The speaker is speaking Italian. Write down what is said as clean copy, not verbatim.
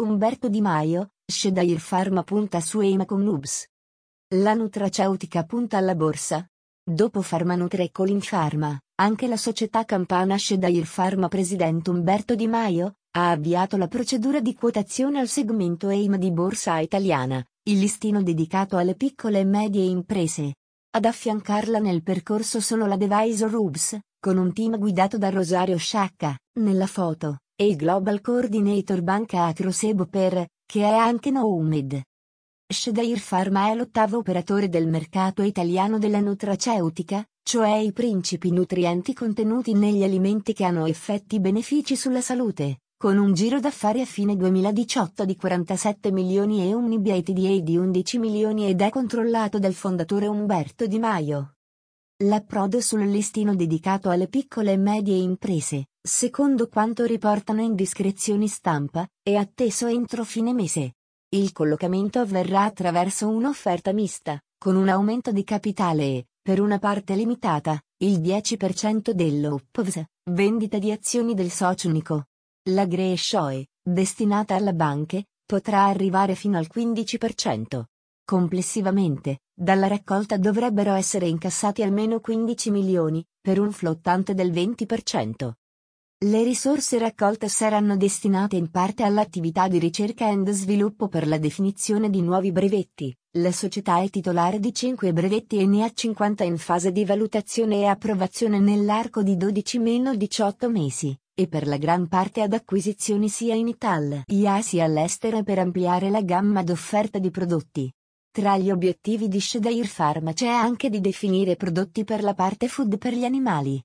Umberto Di Maio, Shadair Pharma punta su EMA con Nubs. La nutraceutica punta alla borsa. Dopo Pharmanutre e Colin Pharma, anche la società campana Shadair Pharma presidente Umberto Di Maio, ha avviato la procedura di quotazione al segmento EMA di Borsa Italiana, il listino dedicato alle piccole e medie imprese. Ad affiancarla nel percorso sono la Devisor Rubs, con un team guidato da Rosario Sciacca, nella foto, e il Global Coordinator Banca Acrosebo per, che è anche Noumed. Shadair Pharma è l'ottavo operatore del mercato italiano della nutraceutica, cioè i principi nutrienti contenuti negli alimenti che hanno effetti benefici sulla salute, con un giro d'affari a fine 2018 di 47 milioni e un EBITDA di 11 milioni ed è controllato dal fondatore Umberto Di Maio. L'approdo sul listino dedicato alle piccole e medie imprese, secondo quanto riportano indiscrezioni stampa, è atteso entro fine mese. Il collocamento avverrà attraverso un'offerta mista, con un aumento di capitale e, per una parte limitata, il 10% dell'OPVS, vendita di azioni del socio unico. La Greshoe, destinata alla banche, potrà arrivare fino al 15%. Complessivamente, dalla raccolta dovrebbero essere incassati almeno 15 milioni, per un flottante del 20%. Le risorse raccolte saranno destinate in parte all'attività di ricerca e sviluppo per la definizione di nuovi brevetti. La società è titolare di 5 brevetti e ne ha 50 in fase di valutazione e approvazione nell'arco di 12-18 mesi, e per la gran parte ad acquisizioni sia in Italia sia all'estero per ampliare la gamma d'offerta di prodotti. Tra gli obiettivi di Shadair Pharma c'è anche di definire prodotti per la parte food per gli animali.